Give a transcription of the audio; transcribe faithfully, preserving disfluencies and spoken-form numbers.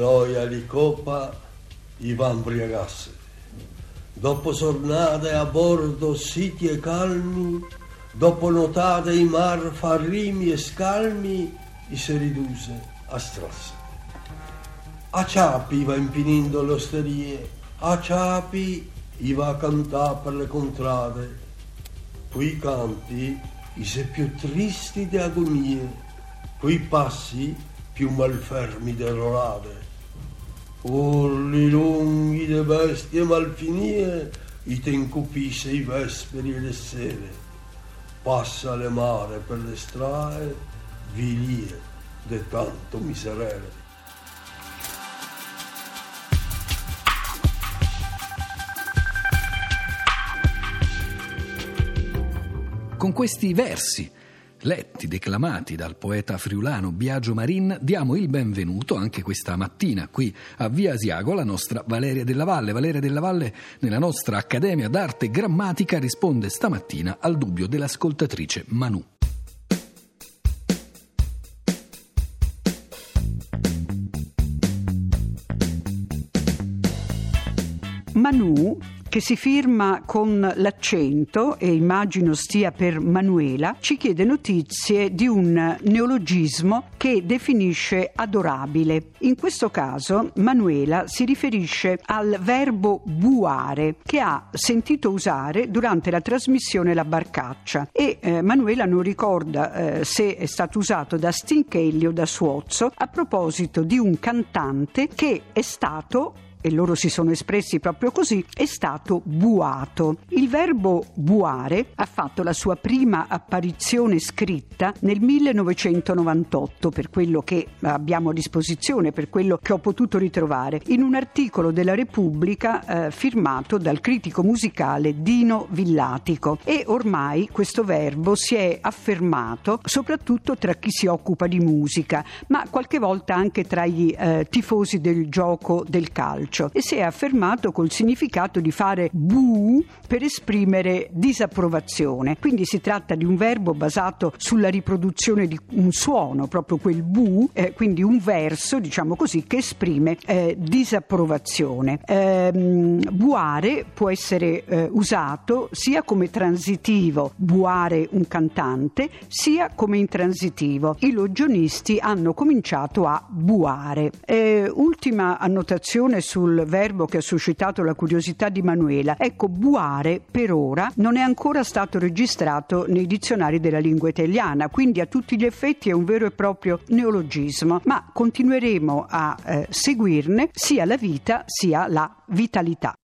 l'oia di coppa i va imbriagasse. Dopo giornate a bordo siti e calmi, dopo notate i mar farrimi e scalmi, i si riduce a strasse. A Ciapi va impinendo le osterie, a Ciapi i va a cantare per le contrade. Quei canti i se più tristi di agonie, quei passi più malfermi de rolade. Urli lunghi de bestie malfinie, i te incupisce i vesperi e le sere. Passa le mare per le strade, vilie de tanto miserere. Con questi versi, letti, declamati dal poeta friulano Biagio Marin, diamo il benvenuto anche questa mattina qui a Via Asiago alla nostra Valeria Della Valle. Valeria Della Valle, nella nostra Accademia d'Arte Grammatica, risponde stamattina al dubbio dell'ascoltatrice Manu. Manu, che si firma con l'accento e immagino stia per Manuela, ci chiede notizie di un neologismo che definisce adorabile. In questo caso Manuela si riferisce al verbo buare, che ha sentito usare durante la trasmissione La Barcaccia, e eh, Manuela non ricorda eh, se è stato usato da Stinchelli o da Suozzo a proposito di un cantante che è stato, e loro si sono espressi proprio così, è stato buato. Il verbo buare ha fatto la sua prima apparizione scritta nel millenovecentonovantotto, per quello che abbiamo a disposizione, per quello che ho potuto ritrovare, in un articolo della Repubblica eh, firmato dal critico musicale Dino Villatico. E ormai questo verbo si è affermato soprattutto tra chi si occupa di musica, ma qualche volta anche tra i eh, tifosi del gioco del calcio, e si è affermato col significato di fare bu per esprimere disapprovazione. Quindi si tratta di un verbo basato sulla riproduzione di un suono, proprio quel bu, eh, quindi un verso, diciamo così, che esprime eh, disapprovazione. Ehm, buare può essere eh, usato sia come transitivo, buare un cantante, sia come intransitivo. I logionisti hanno cominciato a buare. Eh, ultima annotazione sul verbo che ha suscitato la curiosità di Manuela. Ecco, buare per ora non è ancora stato registrato nei dizionari della lingua italiana, quindi a tutti gli effetti è un vero e proprio neologismo, ma continueremo a eh, seguirne sia la vita sia la vitalità.